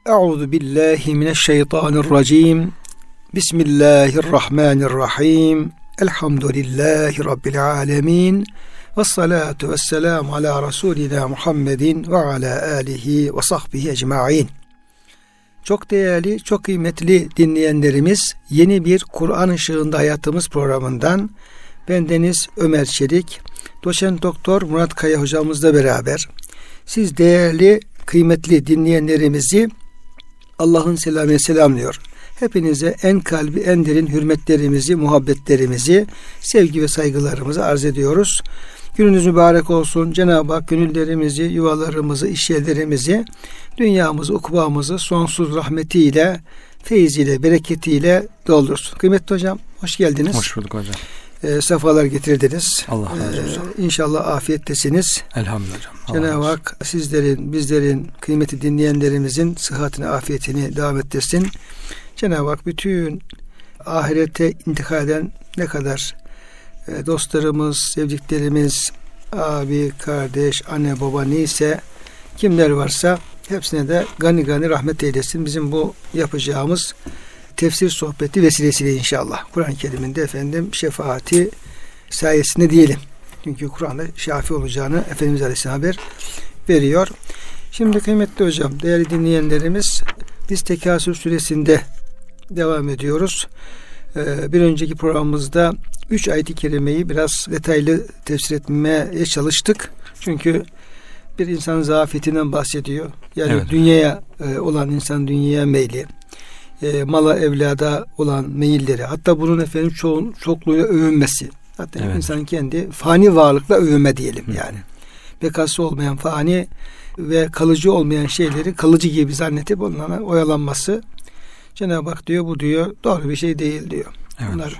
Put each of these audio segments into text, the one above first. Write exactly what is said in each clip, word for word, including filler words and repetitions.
Euzu billahi mineşşeytanirracim. Bismillahirrahmanirrahim. Elhamdülillahi Rabbil alemin. Vessalatu vesselamu ala Resulina Muhammedin ve ala alihi ve sahbihi ecmain. Çok değerli, çok kıymetli dinleyenlerimiz, yeni bir Kur'an Işığında Hayatımız programından bendeniz Ömer Çelik, Doçent Doktor Murat Kaya hocamızla beraber siz değerli, kıymetli dinleyenlerimizi Allah'ın selamıyla selamlıyor. Hepinize en kalbi, en derin hürmetlerimizi, muhabbetlerimizi, sevgi ve saygılarımızı arz ediyoruz. Gününüz mübarek olsun. Cenab-ı Hak gönüllerimizi, yuvalarımızı, işyerlerimizi, dünyamızı, ukubamızı sonsuz rahmetiyle, feyziyle, bereketiyle doldursun. Kıymetli hocam, hoş geldiniz. Hoş bulduk hocam. E, sefalar getirdiniz. Allah razı olsun. E, İnşallah afiyettesiniz. Elhamdülillah hocam. Cenab-ı Hak sizlerin, bizlerin, kıymeti dinleyenlerimizin sıhhatini, afiyetini devam ettirsin. Cenab-ı Hak bütün ahirete intikal eden ne kadar e, dostlarımız, sevdiklerimiz, abi, kardeş, anne, baba neyse kimler varsa hepsine de gani gani rahmet eylesin. Bizim bu yapacağımız tefsir sohbeti vesilesiyle inşallah. Kur'an-ı Kerim'in de efendim şefaati sayesinde diyelim. Çünkü Kur'an'da şafi olacağını Efendimiz Aleyhisselam haber veriyor. Şimdi kıymetli hocam, değerli dinleyenlerimiz, biz Tekasür suresinde devam ediyoruz. Ee, bir önceki programımızda üç ayet-i kerimeyi biraz detaylı tefsir etmeye çalıştık. Çünkü bir insanın zafiyetinden bahsediyor. Yani evet, dünyaya e, olan insan dünyaya meyli, e, mala evlada olan meyilleri, hatta bunun efendim çoğun, çokluğuyla övünmesi. Hatta evet, insanın kendi fani varlıkla övünme diyelim. Hı. Yani bekası olmayan, fani ve kalıcı olmayan şeyleri kalıcı gibi zannedip onlara oyalanması. Cenab-ı Hak diyor, bu diyor doğru bir şey değil diyor. Evet. Bunlar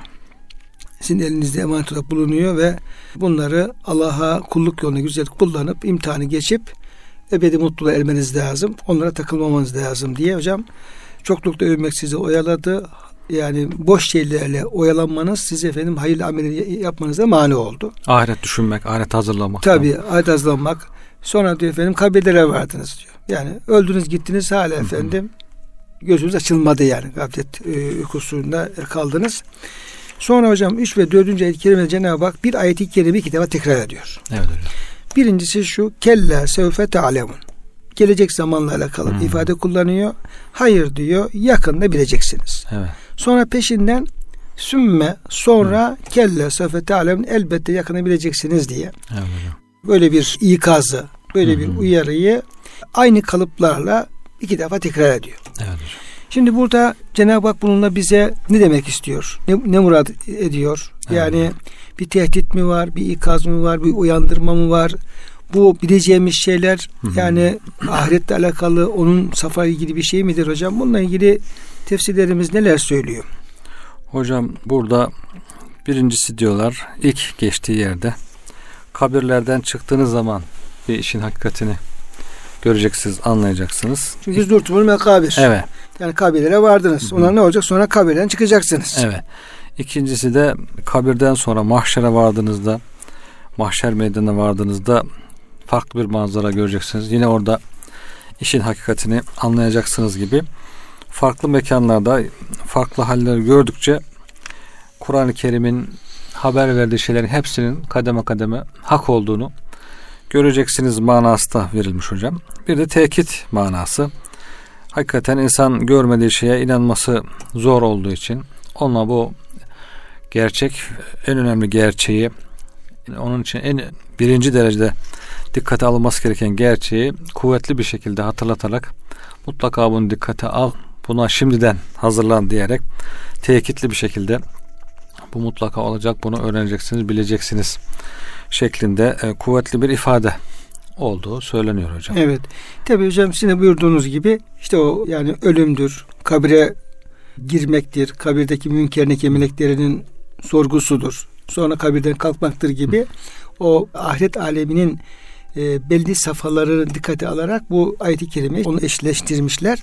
sizin elinizde emanet olarak bulunuyor ve bunları Allah'a kulluk yoluna güzel kullanıp imtihanı geçip ebedi mutluluğa ermeniz lazım. Onlara takılmamanız lazım diye hocam, çoklukta övmek sizi oyaladı. Yani boş şeylerle oyalanmanız size efendim hayırlı ameli yapmanıza mani oldu. Ahiret düşünmek, ahiret hazırlamak. Tabii, ahiret hazırlamak. Sonra diyor efendim kabirlere vardınız diyor. Yani öldünüz gittiniz hala Hı-hı. efendim gözünüz açılmadı yani. Gaflet e, uykusunda kaldınız. Sonra hocam üç ve dördüncü ayet-i kerimede Cenab-ı Hak bir ayet-i kerime iki defa tekrar ediyor. Evet hocam. Birincisi şu: kella sevfe te'alemun. Gelecek zamanla alakalı hmm. ifade kullanıyor. Hayır diyor, yakında bileceksiniz. Evet. Sonra peşinden sümme, sonra hmm. kella sevfe te'alemun, elbette yakında bileceksiniz diye. Evet. Böyle bir ikazı, böyle hmm. bir uyarıyı aynı kalıplarla iki defa tekrar ediyor. Evet hocam. Şimdi burada Cenab-ı Hak bununla bize ne demek istiyor? Ne, ne murad ediyor? Yani evet, bir tehdit mi var? Bir ikaz mı var? Bir uyandırma mı var? Bu bileceğimiz şeyler hı hı. yani ahiretle alakalı, onun safra ilgili bir şey midir hocam? Bununla ilgili tefsirlerimiz neler söylüyor? Hocam burada birincisi diyorlar, ilk geçtiği yerde kabirlerden çıktığınız zaman bir işin hakikatini göreceksiniz, anlayacaksınız. Çünkü zurtumul mekabir. Evet. Yani kabirlere vardınız. Ona ne olacak? Sonra kabirden çıkacaksınız. Evet. İkincisi de kabirden sonra mahşere vardığınızda, mahşer meydanına vardığınızda farklı bir manzara göreceksiniz. Yine orada işin hakikatini anlayacaksınız gibi. Farklı mekanlarda farklı halleri gördükçe Kur'an-ı Kerim'in haber verdiği şeylerin hepsinin kademe kademe hak olduğunu göreceksiniz manası da verilmiş hocam. Bir de tekit manası. Hakikaten insan görmediği şeye inanması zor olduğu için onunla bu gerçek, en önemli gerçeği, onun için en birinci derecede dikkate alınması gereken gerçeği kuvvetli bir şekilde hatırlatarak mutlaka bunu dikkate al, buna şimdiden hazırlan diyerek tekitli bir şekilde bu mutlaka olacak, bunu öğreneceksiniz, bileceksiniz şeklinde e, kuvvetli bir ifade olduğu söyleniyor hocam. Evet. Tabii hocam, sizin de buyurduğunuz gibi işte o yani ölümdür, kabire girmektir, kabirdeki münker nekir meleklerinin sorgusudur, sonra kabirden kalkmaktır gibi Hı. o ahiret aleminin e, belli safhalarını dikkate alarak bu ayet-i kerimeyi onu eşleştirmişler.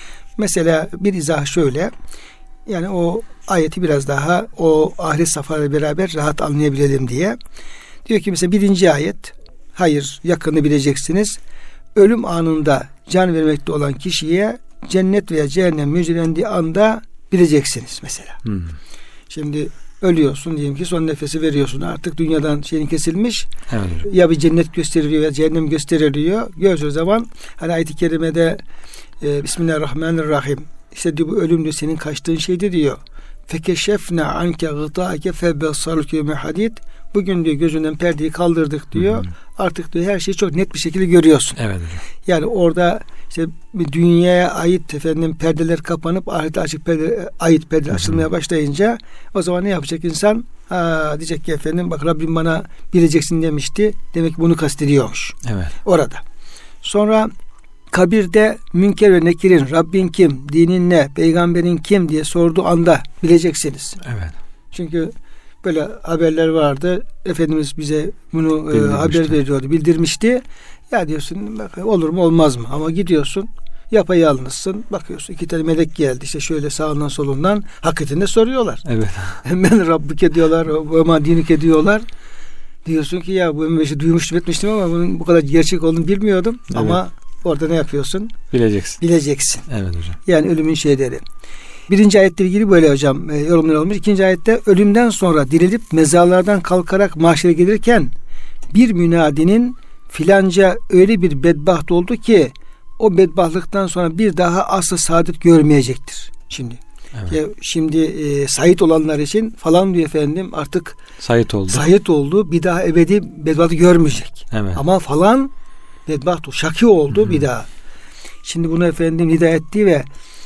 Mesela bir izah şöyle: yani o ayeti biraz daha o ahiret safhalarıyla beraber rahat anlayabilelim diye. Diyor ki mesela birinci ayet, hayır yakını bileceksiniz. Ölüm anında can vermekte olan kişiye cennet veya cehennem müjdelendiği anda bileceksiniz mesela. Hmm. Şimdi ölüyorsun diyelim ki, son nefesi veriyorsun, artık dünyadan şeyin kesilmiş. Evet. Ya bir cennet gösteriliyor ya cehennem gösteriliyor. Gördüğü zaman hani ayet-i kerimede e, Bismillahirrahmanirrahim. İşte diyor, bu ölüm diyor senin kaçtığın şeydi diyor. Fekeşefna anke gıta'ke febesaluke mehadid. Bugün diyor gözünden perdeyi kaldırdık diyor. Hı hı. Artık diyor her şeyi çok net bir şekilde görüyorsun. Evet. Yani orada işte dünyaya ait efendim perdeler kapanıp ahirete açık perde, ait perdeler açılmaya başlayınca o zaman ne yapacak insan? Ha, diyecek ki efendim bak Rabbim bana bileceksin demişti. Demek ki bunu kastediyormuş. Evet. Orada. Sonra kabirde Münker ve Nekir'in Rabbin kim, dinin ne, peygamberin kim diye sorduğu anda bileceksiniz. Evet. Çünkü böyle haberler vardı. Efendimiz bize bunu e, haber veriyordu, bildirmişti. Ya diyorsun bak, olur mu olmaz mı? Ama gidiyorsun yapayalnızsın. Bakıyorsun iki tane melek geldi. İşte şöyle sağından solundan hakikatinde soruyorlar. Evet. Hemen Rabbike diyorlar. Ve dinike diyorlar. Diyorsun ki ya bu şey duymuştum etmiştim ama bunun bu kadar gerçek olduğunu bilmiyordum. Evet. Ama orada ne yapıyorsun? Bileceksin. Bileceksin. Evet hocam. Yani ölümün şeyleri. Birinci ayetle ilgili böyle hocam e, yorumlar olmuş. İkinci ayette ölümden sonra dirilip mezarlardan kalkarak mahşere gelirken bir münadinin filanca öyle bir bedbaht oldu ki o bedbahtlıktan sonra bir daha asla saadet görmeyecektir. Şimdi evet. ya, şimdi e, sait olanlar için falan diyor efendim artık sait oldu. Sait oldu. Bir daha ebedi bedbahtı görmeyecek. Evet. Ama falan bedbaht şaki oldu. Hı-hı. Bir daha. Şimdi bunu efendim hidayet etti ve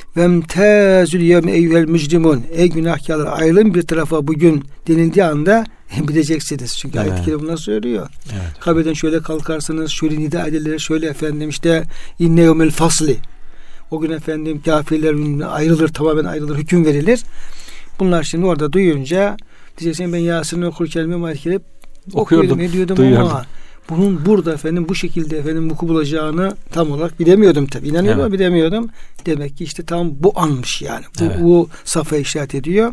vemtazül yevme eyyuhel mücrimun, ey günahkarlar ayrılın bir tarafa bugün denildiği anda bileceksiniz. Çünkü evet. ayet-i kerime bunları söylüyor. Evet. Kabirden şöyle kalkarsınız, şöyle nida edilir, şöyle efendim işte inne yevmel fasli. O gün efendim kafirler ayrılır, tamamen ayrılır, hüküm verilir. Bunlar şimdi orada duyunca diyeceksin ben Yasin'i okurken bir ayet-i kerime okuyordum, ediyordum duyuyordum. Ama bunun burada efendim bu şekilde efendim vuku bulacağını tam olarak bilemiyordum tabii. İnanıyordum evet. ama bilemiyordum. Demek ki işte tam bu anmış yani. Bu, evet. bu safha işaret ediyor.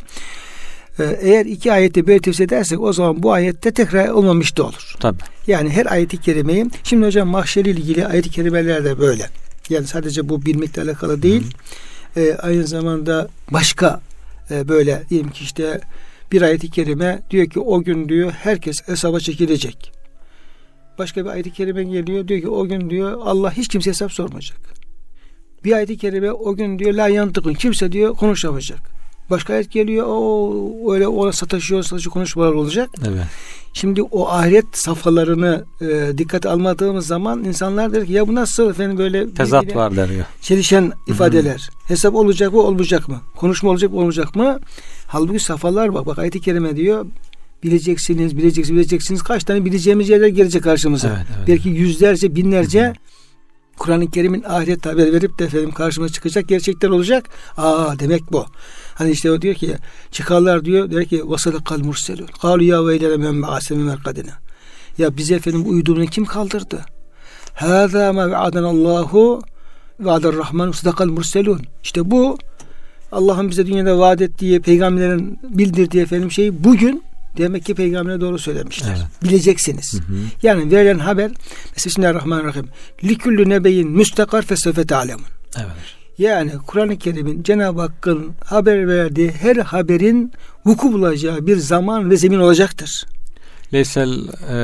Ee, eğer iki ayette böyle tefsir edersek o zaman bu ayette tekrar olmamış da olur. Tabii. Yani her ayeti kerimeyi, şimdi hocam mahşerle ilgili ayet-i kerimeler de böyle. Yani sadece bu bilmekle alakalı değil. Ee, aynı zamanda başka e, böyle diyelim ki işte bir ayet-i kerime diyor ki o gün diyor herkes hesaba çekilecek. Başka bir ayet-i kerime geliyor diyor ki o gün diyor Allah hiç kimse hesap sormayacak. Bir ayet-i kerime o gün diyor la yantıkın, kimse diyor konuşamayacak. Başka ayet geliyor o öyle ona sataşıyor sataşıyor konuşmalar olacak. Evet. Şimdi o ahiret safhalarını e, dikkate almadığımız zaman insanlar der ki ya bu nasıl efendim böyle tezat var der ya. Çelişen ifadeler. Hı-hı. Hesap olacak mı olmayacak mı? Konuşma olacak mı olmayacak mı? Halbuki safhalar bak bak ayet-i kerime diyor bileceksiniz, bileceksiniz, bileceksiniz. Kaç tane bileceğimiz yerler gelecek karşımıza. Evet, evet. Belki yüzlerce, binlerce Hı-hı. Kur'an-ı Kerim'in ahiret haber verip de efendim karşımıza çıkacak gerçekler olacak. Aa demek bu. Hani işte o diyor ki çıkarlar diyor der ki vasadakal murselun. Kalu ya veylene men ba'asemi merkadina. Ya bize efendim uyuduğunu kim kaldırdı? Hâzâ ma ve'adanallahu ve'adarrahman vasadakal murselun. İşte bu Allah'ın bize dünyada vaat ettiği, peygamberlerin bildirdiği efendim şey bugün demek ki peygamberine doğru söylemişler. Evet. Bileceksiniz. Hı hı. Yani verilen haber mesela Bismillahirrahmanirrahim. Likullu nebeyin müstakar fesevfe ta'lemun. Evet. Yani Kur'an-ı Kerim'in Cenab-ı Hakk'ın haber verdiği her haberin vuku bulacağı bir zaman ve zemin olacaktır. Leysel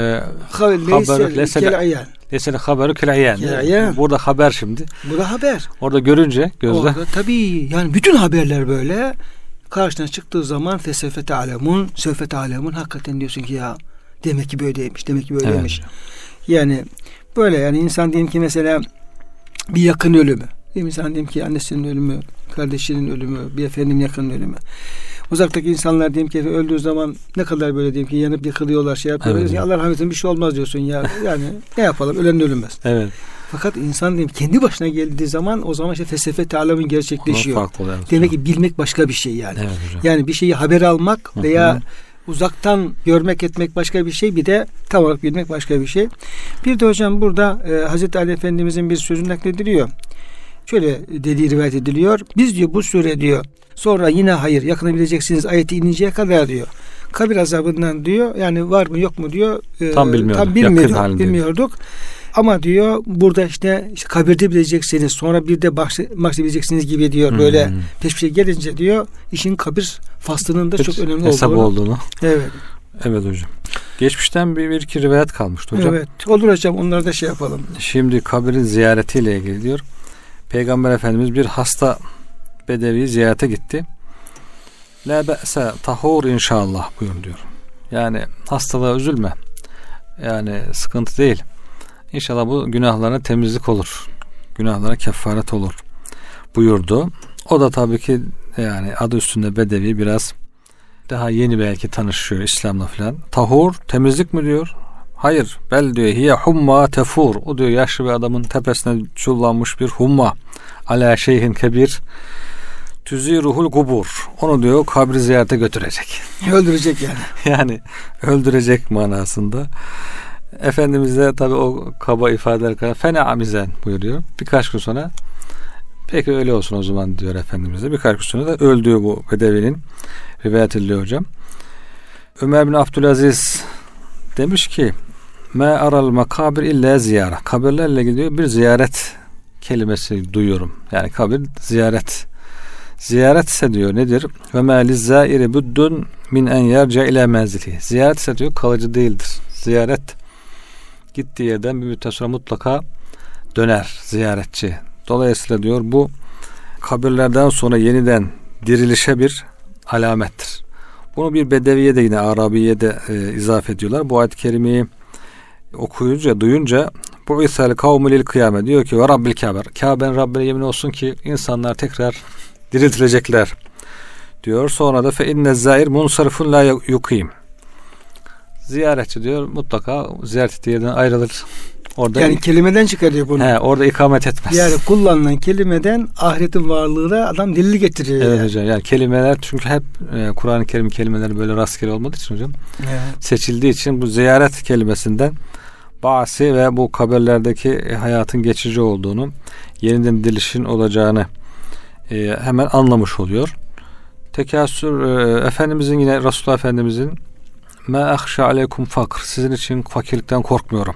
haber leysel haberu kel'ayan. Burada haber şimdi. Burada haber. Orada görünce gözle. Orada tabii yani bütün haberler böyle karşına çıktığı zaman fesefete alemun, sefete alemun hakikaten diyorsun ki ya demek ki böyleymiş, demek ki böyleymiş. Evet. Yani böyle yani insan diyelim ki mesela bir yakın ölümü. Bir insan diyelim ki annesinin ölümü, kardeşinin ölümü, bir efendim yakın ölümü. Uzaktaki insanlar diyelim ki öldüğü zaman ne kadar böyle diyelim ki yanıp yıkılıyorlar, şey yapıyorlar. Evet. Allah rahmetine bir şey olmaz diyorsun ya. Yani ne yapalım? Ölen ölünmez. Evet. Fakat insan diyeyim kendi başına geldiği zaman o zaman işte felsefe talemin gerçekleşiyor. Demek ki bilmek başka bir şey yani. Evet, yani bir şeyi haber almak Hı-hı. veya uzaktan görmek etmek başka bir şey, bir de tam olarak bilmek başka bir şey. Bir de hocam burada e, Hazreti Ali Efendimizin bir sözü naklediliyor. Şöyle dediği rivayet ediliyor. Biz diyor bu sure diyor sonra yine hayır yakınabileceksiniz ayeti ininceye kadar diyor. Kabir azabından diyor yani var mı yok mu diyor. E, tam bilmiyorduk. Tam bilmiyorduk. bilmiyorduk. Ama diyor burada işte, işte kabirde bileceksiniz, sonra bir de bahsedebileceksiniz gibi diyor. Hmm. Böyle peş peşe gelince diyor işin kabir faslının da Hiç çok önemli hesap olduğunu. olduğunu. Evet. Evet hocam. Geçmişten bir, bir iki rivayet kalmıştı hocam. Evet. Olur hocam, onları da şey yapalım. Şimdi kabirin ziyaretiyle ilgili diyor. Peygamber Efendimiz bir hasta bedevi ziyarete gitti. La be'se tahur inşallah buyur diyor. Yani hastalığa üzülme. Yani sıkıntı değil. İnşallah bu günahlarına temizlik olur. Günahlara kefaret olur buyurdu. O da tabii ki yani adı üstünde bedevi, biraz daha yeni belki tanışıyor İslam'la filan. Tahur temizlik mi diyor? Hayır. Bel diyor hiye humma tefur. O diyor yaşlı bir adamın tepesine çullanmış bir humma. Ala şeyhin kebir. Tüziruhul kubur. Onu diyor kabri ziyarete götürecek. Öldürecek yani. Yani öldürecek manasında. Efendimiz de tabi o kaba ifadeler kadar fena amizen buyuruyor. Birkaç gün sonra peki öyle olsun o zaman diyor Efendimiz de. Birkaç gün sonra da öldüğü bu bedevinin rivayet ediliyor hocam. Ömer bin Abdülaziz demiş ki me aral makabir illa ziyara. Kabirlerle gidiyor bir ziyaret kelimesi duyuyorum. Yani kabir ziyaret. Ziyaret ise diyor nedir? Ve ma lizzairi buddun min en yerce ila menzili. Ziyaret ise diyor kalıcı değildir. Ziyaret gittiği yerden bir müddet sonra mutlaka döner ziyaretçi. Dolayısıyla diyor bu kabirlerden sonra yeniden dirilişe bir alamettir. Bunu bir bedeviye de yine Arabiye de e, izafe ediyorlar. Bu ayet-i kerimeyi okuyunca, duyunca bu isal kavmu lil kıyame diyor ki ve rabbil kaber. Kabe'nin Rabbine yemin olsun ki insanlar tekrar diriltilecekler diyor. Sonra da fe inne zair munsarifun la yukim. Ziyaretçi diyor mutlaka ziyaret ettiği yerden ayrılır. Orada yani kelimeden çıkarıyor bunu. He, orada ikamet etmez. Yani kullanılan kelimeden ahiretin varlığına adam delil getiriyor. Evet yani. hocam. Yani kelimeler çünkü hep e, Kur'an-ı Kerim kelimeleri böyle rastgele olmadığı için hocam. Evet. Seçildiği için bu ziyaret kelimesinden bahsi ve bu kabirlerdeki hayatın geçici olduğunu, yeniden dirilişin olacağını e, hemen anlamış oluyor. Tekasür e, Efendimizin yine Resulullah Efendimizin ma ahşa aleykum fakr. Sizin için fakirlikten korkmuyorum.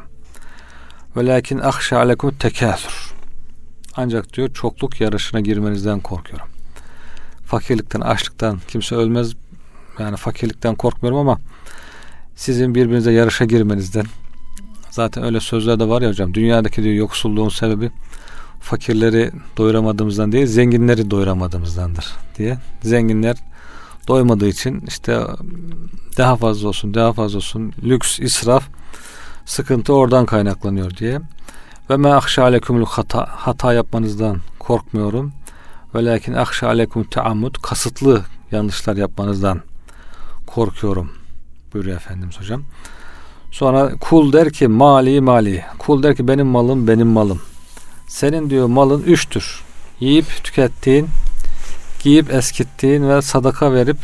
Velakin ahşa aleykum tekâsür. Ancak diyor çokluk yarışına girmenizden korkuyorum. Fakirlikten, açlıktan kimse ölmez. Yani fakirlikten korkmuyorum ama sizin birbirinize yarışa girmenizden. Zaten öyle sözler de var ya hocam. Dünyadaki diyor yoksulluğun sebebi fakirleri doyuramadığımızdan değil, zenginleri doyuramadığımızdandır diye. Zenginler doymadığı için işte daha fazla olsun, daha fazla olsun, lüks, israf, sıkıntı oradan kaynaklanıyor diye. Ve me ahşa alekumul hata, hata yapmanızdan korkmuyorum. Velakin ahşa alekum teammud, kasıtlı yanlışlar yapmanızdan korkuyorum buyuruyor Efendimiz hocam. Sonra kul der ki mali mali. Kul der ki benim malım benim malım. Senin diyor malın üçtür. Yiyip tükettiğin, giyip eskittiğin ve sadaka verip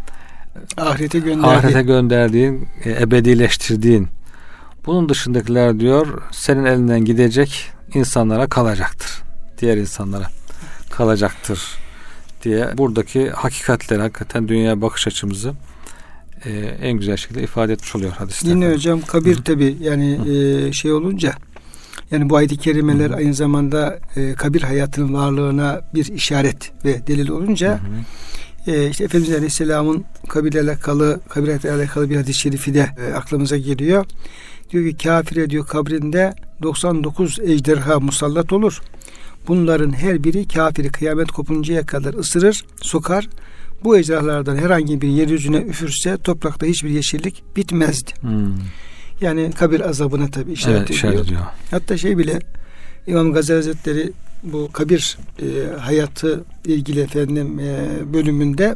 ahirete gönderdiğin, ahirete gönderdiğin, ebedileştirdiğin. Bunun dışındakiler diyor senin elinden gidecek, insanlara kalacaktır. Diğer insanlara kalacaktır diye buradaki hakikatleri, hakikaten dünyaya bakış açımızı e, en güzel şekilde ifade etmiş oluyor hadisler. Yine hocam kabir tabi yani e, şey olunca yani bu ayet-i kerimeler Hı-hı. aynı zamanda e, kabir hayatının varlığına bir işaret ve delil olunca e, işte Efendimiz Aleyhisselam'ın kabirle alakalı, kabir hayatıyla alakalı bir hadis-i şerifi de e, aklımıza geliyor. Diyor ki kafire diyor kabrinde doksan dokuz ejderha musallat olur. Bunların her biri kafiri kıyamet kopuncaya kadar ısırır, sokar. Bu ejderhalardan herhangi bir yeryüzüne üfürse toprakta hiçbir yeşillik bitmezdi. Hmm. Yani kabir azabına tabi işaret evet, ediyor. ediyor. Hatta şey bile İmam Gazali Hazretleri bu kabir e, hayatı ilgili efendim e, bölümünde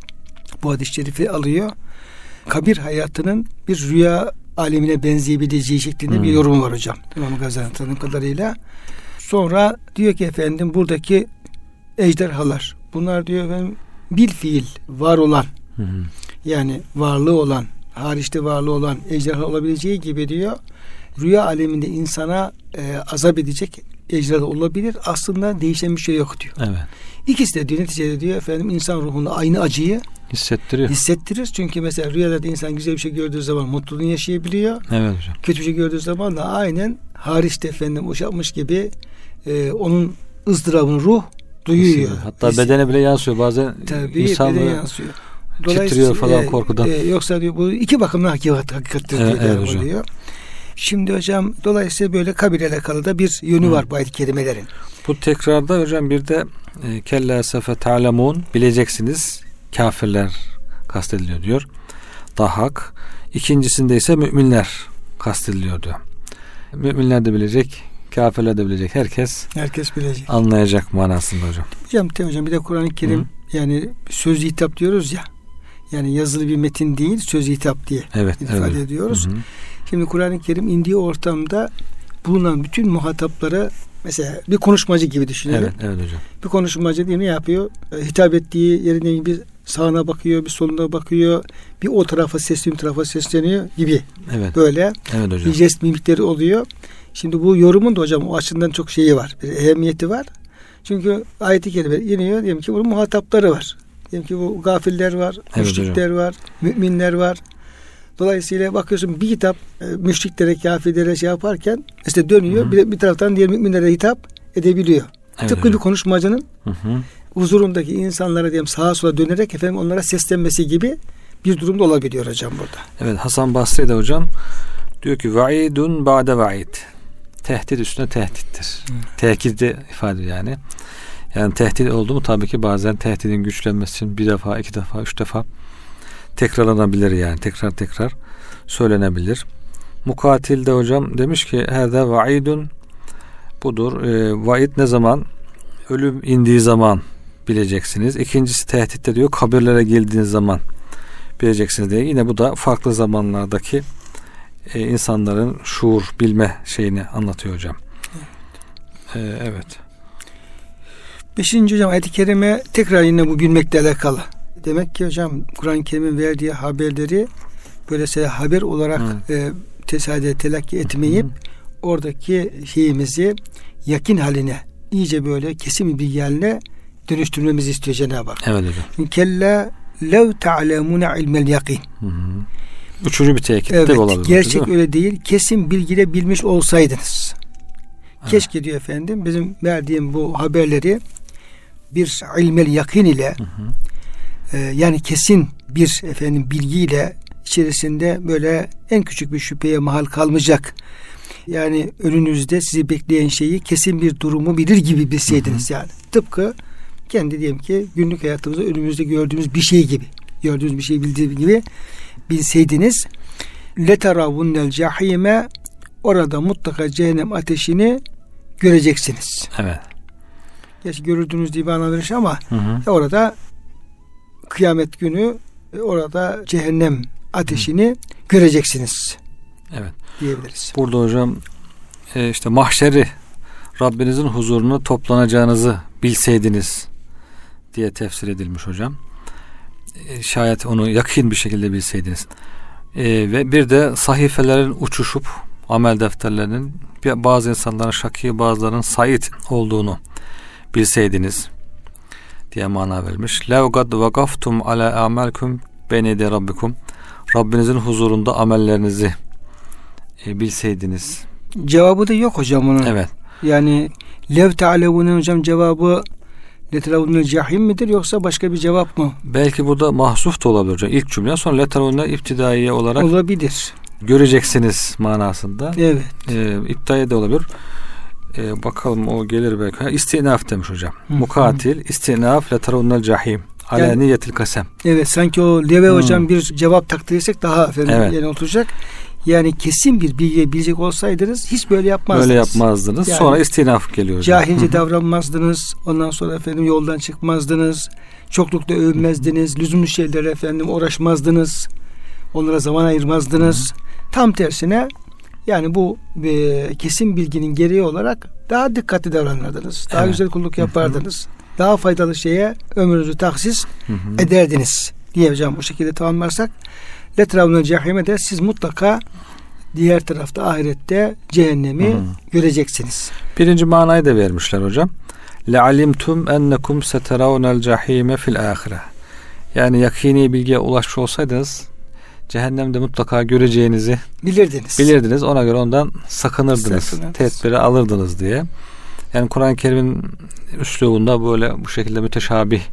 bu hadis-i şerifi alıyor. Kabir hayatının bir rüya alemine benzeyebileceği şeklinde hmm. bir yorum var hocam. İmam Gazali'nin tanım kadarıyla. Sonra diyor ki efendim buradaki ejderhalar bunlar diyor efendim bil fiil var olan hmm. yani varlığı olan hariçte varlığı olan ejderha olabileceği gibi diyor rüya aleminde insana e, azap edecek ecra da olabilir. Aslında değişen bir şey yok diyor. Evet. İkisi de diyor neticede diyor efendim insan ruhunda aynı acıyı hissettiriyor. Hissettirir. Çünkü mesela rüyada da insan güzel bir şey gördüğü zaman mutluluğunu yaşayabiliyor. Evet hocam. Kötü bir şey gördüğü zaman da aynen hariçte efendim boşalmış gibi e, onun ızdırabını ruh duyuyor. Hatta His- bedene bile yansıyor. Bazen Tabii, insan bedene yansıyor. titriyor falan e, korkudan. E, yoksa diyor bu iki bakımdan hakikat, hakikattir evet, diyor. Evet hocam. Diyor. Şimdi hocam dolayısıyla böyle kabirle alakalı da bir yönü Hı. var bu ayet-i kerimelerin. Bu tekrarda hocam bir de e, kella sefe ta'lemun bileceksiniz kafirler kastediliyor diyor. Dahak. İkincisinde ise müminler kastediliyor diyor. Müminler de bilecek, kafirler de bilecek. Herkes herkes bilecek. Anlayacak manasında hocam. Hocam, te hocam bir de Kur'an-ı Kerim Hı. yani söz hitap diyoruz ya. Yani yazılı bir metin değil, söz hitap diye evet, ifade evet. ediyoruz. Hı hı. Şimdi Kur'an-ı Kerim indiği ortamda bulunan bütün muhataplara mesela bir konuşmacı gibi düşünelim. Evet, evet hocam. Bir konuşmacı diye ne yapıyor? E, hitap ettiği yerine bir sağına bakıyor, bir soluna bakıyor. Bir o tarafa sesleniyor, tarafa sesleniyor gibi. Evet. Böyle evet hocam. bir jest mimikleri oluyor. Şimdi bu yorumun da hocam o açıdan çok şeyi var. Bir ehemmiyeti var. Çünkü ayet-i kerime iniyor. Diyelim ki bunun muhatapları var. Diyelim ki bu gafiller var, evet müşrikler hocam. var, müminler var. Dolayısıyla bakıyorsun bir kitap e, müşriklere, kafirlere şey yaparken işte dönüyor. Hı hı. Bir, bir taraftan diğer müminlere hitap edebiliyor. Evet, tıpkı hocam. Bir konuşmacının hı hı. huzurundaki insanlara diyelim sağa sola dönerek efendim onlara seslenmesi gibi bir durumda olabiliyor hocam burada. Evet, Hasan Basri de hocam diyor ki vaidun ba'de vaid. Tehdit üstüne tehdittir. Hı. Tehkidi ifade yani. Yani tehdit oldu mu tabii ki bazen tehdidin güçlenmesi için bir defa, iki defa, üç defa tekrarlanabilir yani. Tekrar tekrar söylenebilir. Mukatil de hocam demiş ki herde vaidun budur. E, vaid ne zaman? Ölüm indiği zaman bileceksiniz. İkincisi tehditte diyor kabirlere geldiğiniz zaman bileceksiniz diye. Yine bu da farklı zamanlardaki e, insanların şuur, bilme şeyini anlatıyor hocam. Evet. E, evet. Beşinci hocam ayet-i kerime tekrar yine bu bilmekle alakalı. Demek ki hocam Kur'an-ı Kerim'in verdiği haberleri böyle haber olarak e, tesadüf telakki etmeyip hı hı. oradaki şeyimizi yakin haline iyice böyle kesin bir bilgi haline dönüştürmemizi istiyor Cenab-ı Hak. Evet hocam. Kella lev ta'lemune ilmel yakin. Üçüncü bir tekit evet, de olabilir. Gerçek değil öyle değil. Kesin bilgiyle bilmiş olsaydınız. Evet. Keşke diyor efendim bizim verdiğim bu haberleri bir ilmel yakin ile hı hı. E, yani kesin bir efendim bilgiyle içerisinde böyle en küçük bir şüpheye mahal kalmayacak. Yani önünüzde sizi bekleyen şeyi kesin bir durumu bilir gibi bilseydiniz hı hı. yani. Tıpkı kendi diyelim ki günlük hayatımızda önümüzde gördüğümüz bir şey gibi, gördüğünüz bir şey bildiği gibi bilseydiniz leteravunnel cahime orada mutlaka cehennem ateşini göreceksiniz. Evet. Geç görürdünüz diye bana verir ama hı hı. orada kıyamet günü orada cehennem ateşini hı. göreceksiniz. Evet. Diyebiliriz. Burada hocam e, işte mahşeri Rabbinizin huzuruna toplanacağınızı bilseydiniz diye tefsir edilmiş hocam. E, şayet onu yakın bir şekilde bilseydiniz. E, ve bir de sahifelerin uçuşup amel defterlerinin bazı insanların şakî bazılarının said olduğunu bilseydiniz diye mana vermiş. Lev kad vakaftum ala amelkum beyne de rabbikum. Rabbinizin huzurunda amellerinizi e, bilseydiniz. Cevabı da yok hocam bunun. Evet. Yani lev ta'levunun hocam cevabı leteravunnel cahim midir yoksa başka bir cevap mı? Belki burada mahzuf da olabilir hocam. İlk cümle sonra leteravunnel iptidaiye olarak olabilir. Göreceksiniz manasında. Evet. E, iptidaiye de olabilir. E, bakalım o gelir belki. Ha, istinaf demiş hocam. Hı, Mukatil, hı. istinaf leteravunnel cahim. Alaniyetil kasem. Evet, sanki o leve hmm. hocam bir cevap takdirirsek daha efendim evet. yerine oturacak. Yani kesin bir bilgi bilecek olsaydınız hiç böyle yapmazdınız. Böyle yapmazdınız. Yani, sonra istinaf geliyor hocam. Cahilce davranmazdınız. Ondan sonra efendim yoldan çıkmazdınız. Çoklukla övmezdiniz. Lüzumlu şeylerle efendim uğraşmazdınız. Onlara zaman ayırmazdınız. Tam tersine yani bu e, kesin bilginin gereği olarak daha dikkatli davranırdınız. Daha evet. güzel kulluk yapardınız. Daha faydalı şeye ömrünüzü tahsis hı hı. ederdiniz diye hocam bu şekilde tamamlarsak leteravunnel cahime de siz mutlaka diğer tarafta ahirette cehennemi hmm. göreceksiniz. Birinci manayı da vermişler hocam. لَعَلِمْتُمْ اَنَّكُمْ سَتَرَوْنَ الْجَح۪يمَ فِي الْآخِرَةِ. Yani yakini bilgiye ulaşmış olsaydınız cehennemde mutlaka göreceğinizi bilirdiniz. Bilirdiniz. Ona göre ondan sakınırdınız. Sakınırdınız. Tedbiri alırdınız diye. Yani Kur'an-ı Kerim'in üslubunda böyle bu şekilde müteşabih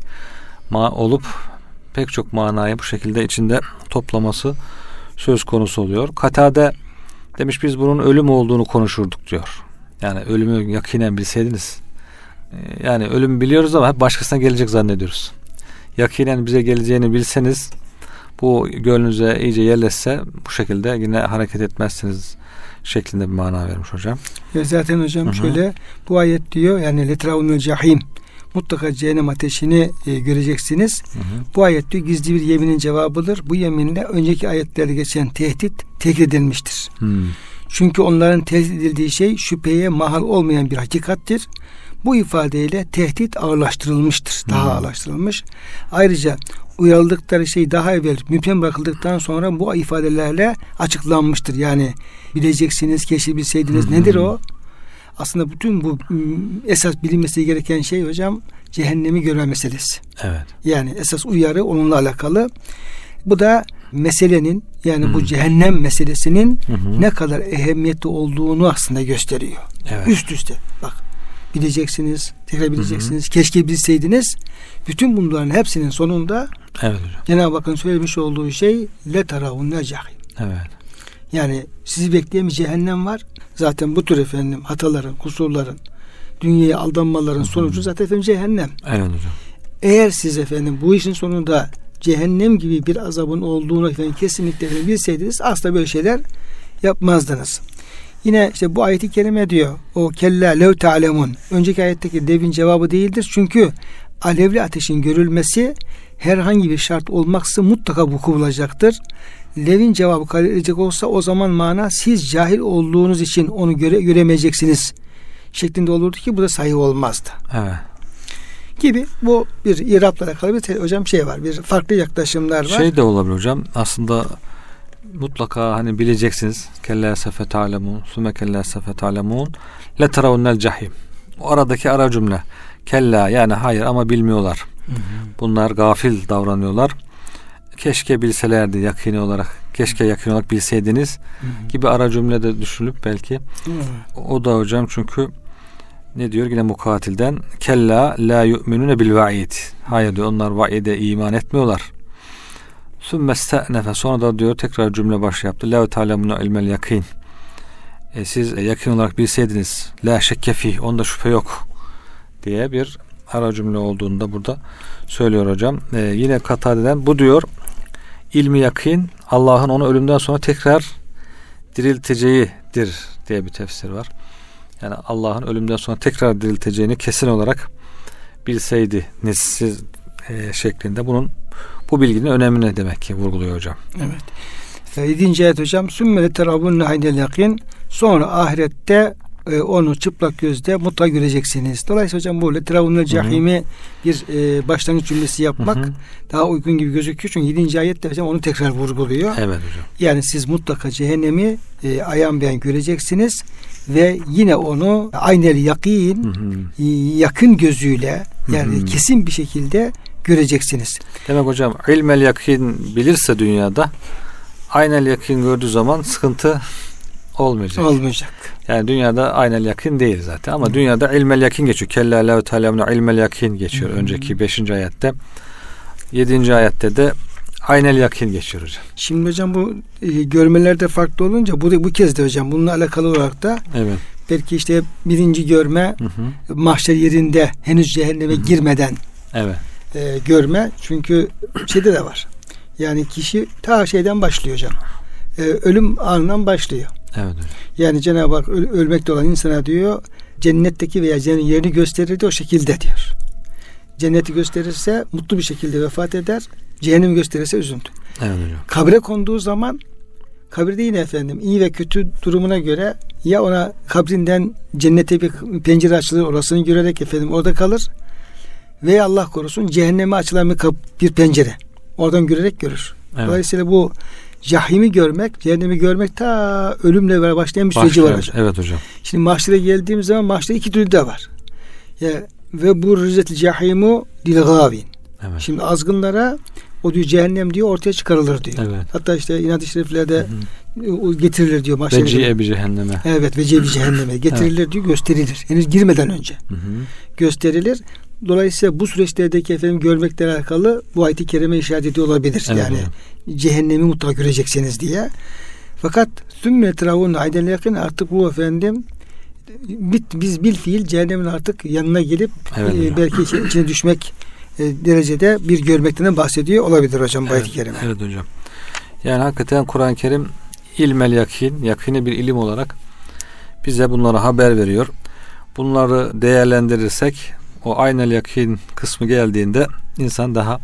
ma olup pek çok manayı bu şekilde içinde toplaması söz konusu oluyor. Katade demiş biz bunun ölüm olduğunu konuşurduk diyor. Yani ölümü yakinen bilseydiniz. Yani ölümü biliyoruz ama hep başkasına gelecek zannediyoruz. Yakinen bize geleceğini bilseniz bu gönlünüze iyice yerleşse bu şekilde yine hareket etmezsiniz şeklinde bir mana vermiş hocam. Ya zaten hocam Hı-hı. şöyle bu ayet diyor yani letravunul cahim mutlaka cehennem ateşini e, göreceksiniz. Hı hı. Bu ayet diyor gizli bir yeminin cevabıdır. Bu yeminle önceki ayetlerde geçen tehdit tekrar edilmiştir. Hı. Çünkü onların tehdit edildiği şey şüpheye mahal olmayan bir hakikattir. Bu ifadeyle tehdit ağırlaştırılmıştır. Daha Hı. ağırlaştırılmış. Ayrıca uyarıldıkları şey daha evvel müphem bırakıldıktan sonra bu ifadelerle açıklanmıştır. Yani bileceksiniz, keşke bilseydiniz. Hı hı. Nedir o? Aslında bütün bu esas bilinmesi gereken şey hocam cehennemi görme meselesi. Evet. Yani esas uyarı onunla alakalı. Bu da meselenin yani hı. bu cehennem meselesinin hı hı. ne kadar ehemmiyetli olduğunu aslında gösteriyor. Evet. Üst üste bak bileceksiniz, tekrar bileceksiniz. Hı hı. Keşke bilseydiniz. Bütün bunların hepsinin sonunda evet hocam. Cenab-ı Hakk'ın söylemiş olduğu şey letaravunne cahim. Evet. Yani sizi bekleyen bir cehennem var. Zaten bu tür efendim hataların, kusurların, dünyaya aldanmaların sonucu zaten efendim cehennem. Evet hocam. Eğer siz efendim bu işin sonunda cehennem gibi bir azabın olduğunu efendim kesinlikle efendim bilseydiniz asla böyle şeyler yapmazdınız. Yine işte bu ayet-i kerime diyor o kella lev ta'lemun önceki ayetteki devin cevabı değildir. Çünkü alevli ateşin görülmesi herhangi bir şart olmaksızın mutlaka vuku bulacaktır. Lev'in cevabı kabul edecek olsa o zaman mana siz cahil olduğunuz için onu göre, göremeyeceksiniz şeklinde olurdu ki bu da sahih olmazdı. Evet. Gibi bu bir irapla alakalı bir hocam şey var. Bir farklı yaklaşımlar var. Şey de olabilir hocam. Aslında mutlaka hani bileceksiniz. Kella sefe ta'lemun, sümme kella sefe ta'lemun, le teravunel cahim. O aradaki ara cümle. Kella yani hayır ama bilmiyorlar. Hı hı. Bunlar gafil davranıyorlar. Keşke bilselerdi yakini olarak. Keşke yakini olarak bilseydiniz hı hı. gibi ara cümlede düşünülüp belki. Hı hı. O da hocam çünkü ne diyor yine mukatilden kella la yu'minune bil vaid. Hayır diyor onlar vaide iman etmiyorlar. Sümme ste'nefe sonra da diyor tekrar cümle başı yaptı. La ta'lemune ilmel yakin. E, siz yakın olarak bilseydiniz la şekke fih onda şüphe yok diye bir ara cümle olduğunu da burada söylüyor hocam. E, yine Katade'den bu diyor ilmi yakin Allah'ın onu ölümden sonra tekrar dirilteceğidir diye bir tefsir var. Yani Allah'ın ölümden sonra tekrar dirilteceğini kesin olarak bilseydiniz siz e, şeklinde bunun bu bilginin önemini demek ki vurguluyor hocam. Evet. yedinci ayet hocam sümmele terabunne haynel yakin sonra ahirette e, onu çıplak gözle mutlaka göreceksiniz. Dolayısıyla hocam bu leteravunnel cahimi bir e, başlangıç cümlesi yapmak hı hı. daha uygun gibi gözüküyor. Çünkü yedinci ayette hocam onu tekrar vurguluyor. Evet hocam. Yani siz mutlaka cehennemi e, ayan beyan göreceksiniz ve yine onu aynel yakin hı hı. yakın gözüyle yani hı hı. kesin bir şekilde göreceksiniz. Demek hocam ilmel yakin bilirse dünyada aynel yakin gördüğü zaman sıkıntı olmayacak. Olmayacak. Yani dünyada aynel yakin değil zaten ama hmm. dünyada ilmel yakin geçiyor. Kella lev ta'lemune ilmel yakin geçiyor. Hmm. Önceki beşinci ayette. yedinci ayette de aynel yakin geçiyor hocam. Şimdi hocam bu e, görmelerde farklı olunca bu bu kez de hocam bununla alakalı olarak da evet. belki işte birinci görme hı hı. mahşer yerinde henüz cehenneme hı hı. girmeden evet. e, görme. Çünkü şeyde de var. Yani kişi ta şeyden başlıyor hocam. E, ölüm anından başlıyor. Evet hocam. Yani Cenab-ı Hak öl- ölmekte olan insana diyor cennetteki veya cennetin yerini gösterirdi o şekilde diyor. Cenneti gösterirse mutlu bir şekilde vefat eder. Cehennemi gösterirse üzüntü. Evet hocam. Kabre konduğu zaman kabirde yine efendim iyi ve kötü durumuna göre ya ona kabrinden cennete bir pencere açılır orasını görerek efendim orada kalır veya Allah korusun cehenneme açılan bir, kap- bir pencere oradan görerek görür. Evet. Dolayısıyla bu cehimi görmek, cehennemi görmek ta ölümle beraber başlayan bir süreci var hocam. Evet hocam. Şimdi mahşere geldiğimiz zaman mahşerde iki türlü de var. Ya, ve bu rüzetil cehimu lil gavin. Evet. Şimdi azgınlara o diyor cehennem diyor ortaya çıkarılır diyor. Evet. Hatta işte inat-ı şeriflerde hı. getirilir diyor mahşere. Veci'e bir cehenneme. Evet, veci'e bir cehenneme getirilir evet. diyor, gösterilir. Henüz girmeden önce. Hı hı. Gösterilir. Dolayısıyla bu süreçlerdeki efendim görmekle alakalı bu ayet-i kerime işaret ediyor olabilir. Evet, yani evet. cehennemi mutlaka göreceksiniz diye. Fakat sümme travun aydel yakın artık bu efendim bit, biz bil fiil cehennemin artık yanına gelip evet, e, belki içine, içine düşmek e, derecede bir görmekten bahsediyor olabilir hocam bu evet, ayet-i kerime. Evet hocam. Yani hakikaten Kur'an-ı Kerim ilmel yakin, yakini bir ilim olarak bize bunlara haber veriyor. Bunları değerlendirirsek o aynel yakin kısmı geldiğinde insan daha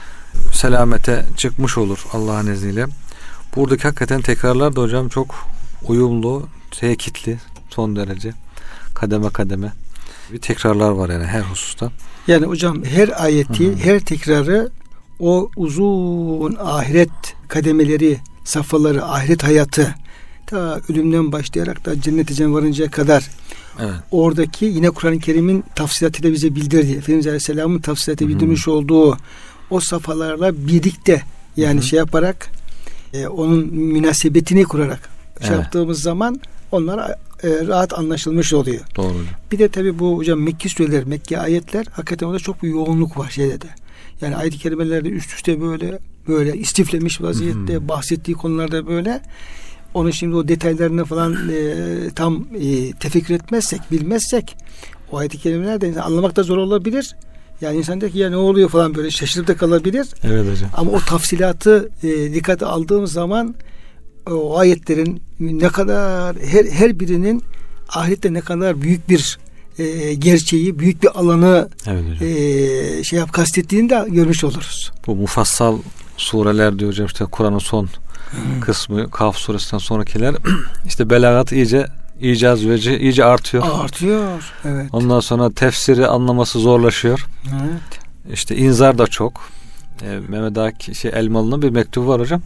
selamete çıkmış olur Allah'ın izniyle. Buradaki hakikaten tekrarlar da hocam çok uyumlu, tekitli, son derece kademe kademe bir tekrarlar var yani her hususta. Yani hocam her ayeti, Hı-hı. her tekrarı o uzun ahiret kademeleri, safhaları, ahiret hayatı ta ölümden başlayarak da cennete varıncaya kadar evet. oradaki yine Kur'an-ı Kerim'in tafsilatıyla bize bildirdiği, Efendimiz Aleyhisselam'ın tafsilatı bildirmiş olduğu o safhalarla birlikte yani Hı-hı. şey yaparak e, onun münasebetini kurarak evet. şey yaptığımız zaman onlar e, rahat anlaşılmış oluyor. Doğru. Bir de tabii bu hocam Mekki sureler, Mekki ayetler hakikaten orada çok bir yoğunluk var şeyde de. Yani ayet-i kerimelerde üst üste böyle böyle istiflemiş vaziyette Hı-hı. bahsettiği konularda böyle. Onu şimdi o detaylarını falan e, tam e, tefekkür etmezsek, bilmezsek o ayet-i kerimeler de anlamak da zor olabilir. Yani insan der ki ya ne oluyor falan böyle şaşırıp da kalabilir. Evet hocam. Ama o tafsilatı e, dikkate aldığımız zaman o ayetlerin ne kadar her her birinin ahirette ne kadar büyük bir e, gerçeği, büyük bir alanı evet e, şey yap kastettiğini de görmüş oluruz. Bu mufassal sureler diyor hocam işte Kur'an'ın son Hmm. kısmı Kaf suresinden sonrakiler işte belagat iyice icaz veci iyice artıyor. Artıyor. Evet. Ondan sonra tefsiri anlaması zorlaşıyor. Evet. İşte inzar da çok. E, Mehmet Akif şey Elmalı'nın bir mektubu var hocam.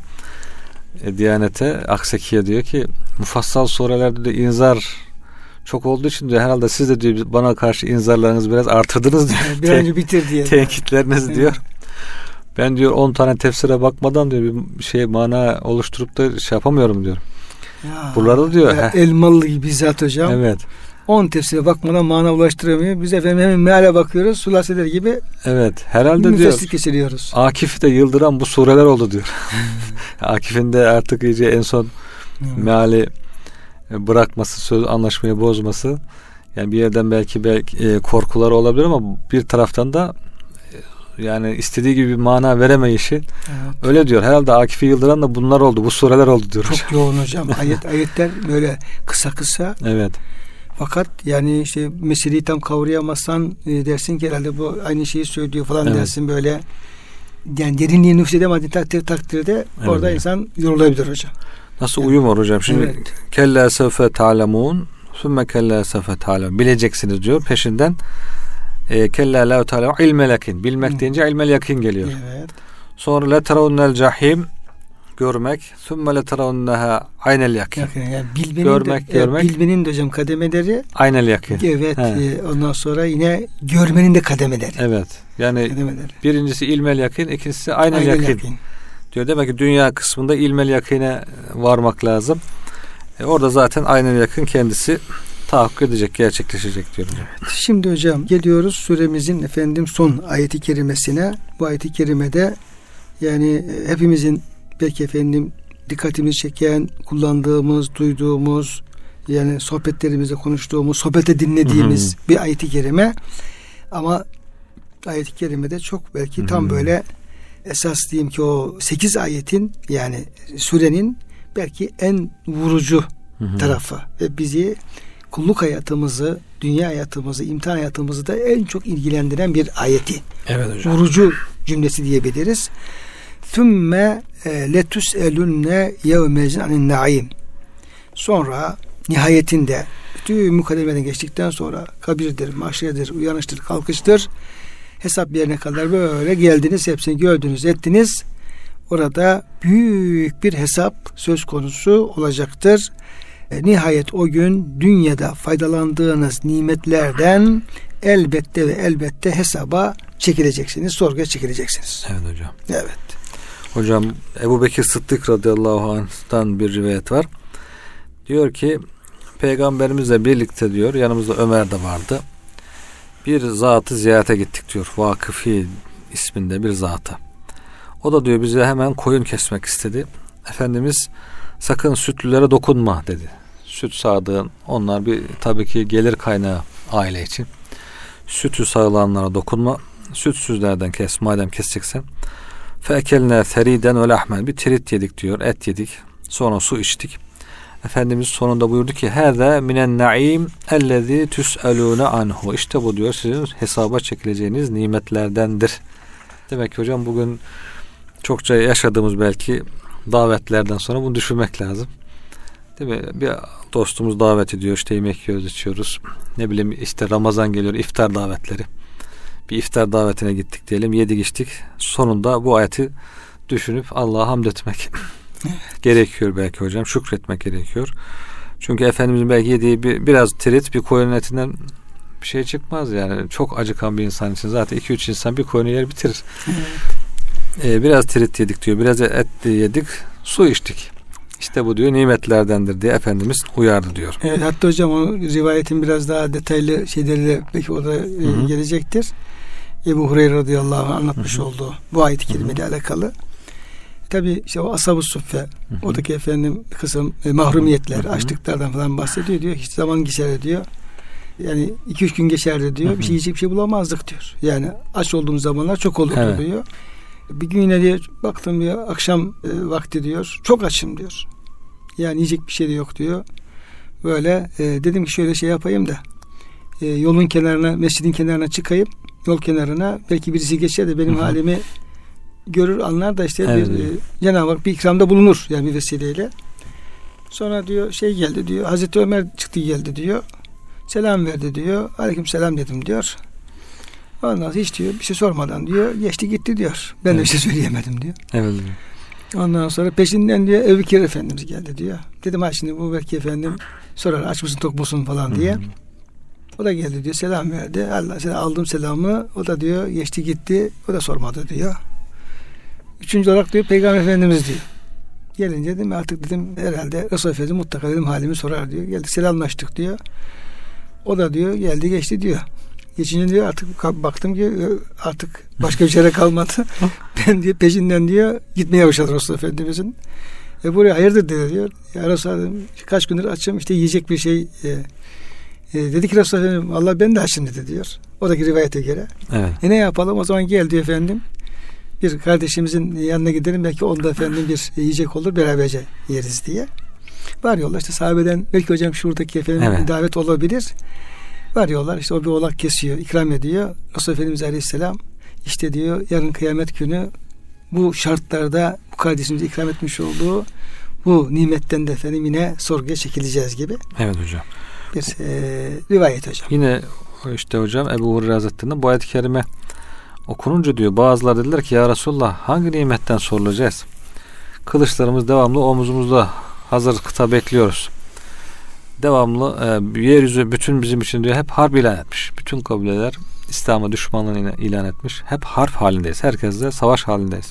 E, Diyanete Akseki'ye diyor ki mufassal surelerde de inzar çok olduğu için diyor herhalde siz de diyor bana karşı inzarlarınızı biraz artırdınız diyor. Bir önce bitir diye. Tenkitleriniz evet. diyor. Ben diyor on tane tefsire bakmadan diyor bir şey mana oluşturup da şey yapamıyorum diyor. Ya, buralarda diyor. Ya, Elmalı gibi bizzat hocam. Evet. on tefsire bakmadan mana ulaştıramıyor. Biz efendim hemen meale bakıyoruz. Sulaseler gibi. Evet. Herhalde diyor. Kesiliyoruz. Akif'i de yıldıran bu sureler oldu diyor. Akif'in de artık iyice en son hmm. meali bırakması, söz anlaşmayı bozması. Yani bir yerden belki belki e, korkuları olabilir ama bir taraftan da yani istediği gibi bir mana veremeyişi evet. öyle diyor. Herhalde Akif'i yıldıran da bunlar oldu. Bu sureler oldu diyor. Çok yoğun hocam. Ayet ayetler böyle kısa kısa. Evet. Fakat yani işte meseleyi tam kavrayamazsan e, dersin ki herhalde bu aynı şeyi söylüyor falan evet. dersin böyle. Yani derinliği nüfus edemediği takdir, takdirde evet. orada insan yorulabilir hocam. Nasıl yani, uyum var hocam? Şimdi evet. kella sevfe ta'lemun sümme kella sevfe ta'lemun bileceksiniz diyor. Peşinden E, kella la ta'ala ilmel yakin. Bilmek hmm. deyince ilmel yakin geliyor. Evet. Sonra la teravunnel cahim görmek. Sümme la teravunneha aynel yakin. Yani bilmenin görmek, de, görmek. Bilmenin de hocam kademeleri aynel yakin. Evet. E, ondan sonra yine görmenin de kademeleri. Evet. Yani kademeleri. Birincisi ilmel yakin, ikincisi aynel, aynel yakin. yakin. Diyor demek ki dünya kısmında ilmel yakine varmak lazım. E, orada zaten aynel yakin kendisi tahakkuk edecek, gerçekleşecek diyorum. Evet. Şimdi hocam geliyoruz suremizin efendim son ayeti kerimesine. Bu ayeti kerimede yani hepimizin belki efendim dikkatimizi çeken, kullandığımız, duyduğumuz, yani sohbetlerimizde konuştuğumuz, sohbete dinlediğimiz Hı-hı. bir ayeti kerime. Ama ayeti kerimede çok belki Hı-hı. tam böyle esas diyeyim ki o sekiz ayetin yani surenin belki en vurucu Hı-hı. tarafı ve bizi kulluk hayatımızı, dünya hayatımızı, imtihan hayatımızı da en çok ilgilendiren bir ayeti. Evet hocam. Vurucu cümlesi diyebiliriz. Thümme letus'elunne yevmezin anin naim. Sonra nihayetinde bütün mukaddemeden geçtikten sonra kabirdir, mahşerdir, uyanıştır, kalkıştır. Hesap yerine kadar böyle geldiniz, hepsini gördünüz, ettiniz. orada büyük bir hesap söz konusu olacaktır. E, nihayet o gün dünyada faydalandığınız nimetlerden elbette ve elbette hesaba çekileceksiniz, sorguya çekileceksiniz. Evet hocam. Evet. Hocam Ebu Bekir Sıddık radıyallahu anh'tan bir rivayet var. Diyor ki Peygamberimizle birlikte diyor, yanımızda Ömer de vardı. Bir zatı ziyarete gittik diyor. Vakıfi isminde bir zata. O da diyor bize hemen koyun kesmek istedi. Efendimiz sakın sütlülere dokunma dedi. Süt sağdığın, onlar bir tabii ki gelir kaynağı aile için. Sütü sağılanlara dokunma. Sütsüzlerden kes, madem keseceksen. Fekelne feriden ve lahmen, bir tirit yedik diyor, et yedik. Sonra su içtik. Efendimiz sonunda buyurdu ki hâzâ minen naim ellezî tüs'elûne anhu. İşte bu diyor sizin hesaba çekileceğiniz nimetlerdendir. Demek ki hocam bugün çokça yaşadığımız belki davetlerden sonra bunu düşünmek lazım. Değil mi? Bir dostumuz davet ediyor, işte yemek yiyoruz, içiyoruz. Ne bileyim işte Ramazan geliyor, iftar davetleri. Bir iftar davetine gittik diyelim, yedik içtik. Sonunda bu ayeti düşünüp Allah'a hamd etmek gerekiyor belki hocam. Şükretmek gerekiyor. Çünkü Efendimizin belki yediği bir, biraz tirit bir koyunun etinden bir şey çıkmaz yani. Çok acıkan bir insan için zaten iki üç insan bir koyunu yer bitirir. Evet. Ee, biraz tirit yedik diyor. Biraz et yedik. Su içtik. İşte bu diyor nimetlerdendir diye Efendimiz uyardı diyor. Evet, hatta hocam o rivayetin biraz daha detaylı şeyleri de belki o da e, gelecektir. Ebu Hureyre radıyallahu anh anlatmış Hı-hı. olduğu bu ayet-i kerimeyle alakalı. Tabi işte o ashab-ı suffe, oradaki efendim kısım e, mahrumiyetler, Hı-hı. açlıklardan falan bahsediyor, diyor hiç zaman geçer diyor. Yani iki üç gün geçerdi diyor. Hı-hı. Bir şey yiyecek bir şey bulamazdık diyor. Yani aç olduğumuz zamanlar çok olurdu evet. diyor. Bir gün yine diyor baktım diyor akşam e, vakti diyor. Çok açım diyor. Yani yiyecek bir şey de yok diyor. Böyle e, dedim ki şöyle şey yapayım da e, yolun kenarına, mescidin kenarına çıkayım. Yol kenarına belki birisi geçer de benim Hı-hı. halimi görür, anlar da işte evet. bir, e, Cenab-ı Hak bir ikramda bulunur yani bir vesileyle. Sonra diyor şey geldi diyor. Hazreti Ömer çıktı geldi diyor. Selam verdi diyor. Aleyküm selam dedim diyor. Ondan sonra hiç diyor bir şey sormadan diyor geçti gitti diyor. Ben evet. de bir şey söyleyemedim diyor. Evet. Ondan sonra peşinden diyor Ebu Bekir Efendimiz geldi diyor. Dedim ha şimdi bu belki efendim sorar aç mısın tok musun falan diye. Hı hı. O da geldi diyor selam verdi. Allah sana aldım selamı. O da diyor geçti gitti. O da sormadı diyor. Üçüncü olarak diyor Peygamber Efendimiz diyor. Gelince dedim artık dedim herhalde Resul Efendimiz mutlaka dedim halimi sorar diyor. Geldik selamlaştık diyor. O da diyor geldi geçti diyor. Geçince diyor artık baktım ki artık başka bir şey kalmadı. Ben diyor peşinden diyor gitmeye başladı Resul Efendimizin. E buraya hayırdır dedi diyor. Ya Resul kaç gündür açım işte yiyecek bir şey. E, e, dedi ki Resul Efendimiz Allah ben de açım dedi diyor. O da rivayete göre. Evet. E ne yapalım o zaman gel diyor efendim. Bir kardeşimizin yanına gidelim belki onda efendim bir yiyecek olur beraberce yeriz diye. Var yollar işte sahabeden belki hocam şuradaki efendim evet. davet olabilir. Var yollar işte o bir oğlak kesiyor, ikram ediyor. Resul Efendimiz Aleyhisselam işte diyor yarın kıyamet günü bu şartlarda bu kardeşimize ikram etmiş olduğu bu nimetten de efendim yine sorguya çekileceğiz gibi. Evet hocam. Bir e, rivayet hocam. Yine işte hocam Ebu Hureyre Hazretleri'nin bu ayet-i kerime okununca diyor bazıları dediler ki ya Resulullah hangi nimetten sorulacağız? Kılıçlarımız devamlı omuzumuzda hazır kıta bekliyoruz. Devamlı e, yeryüzü bütün bizim için diyor hep harp ilan etmiş. Bütün kabileler İslam'a düşmanlığını ilan etmiş. Hep harp halindeyiz. Herkesle savaş halindeyiz.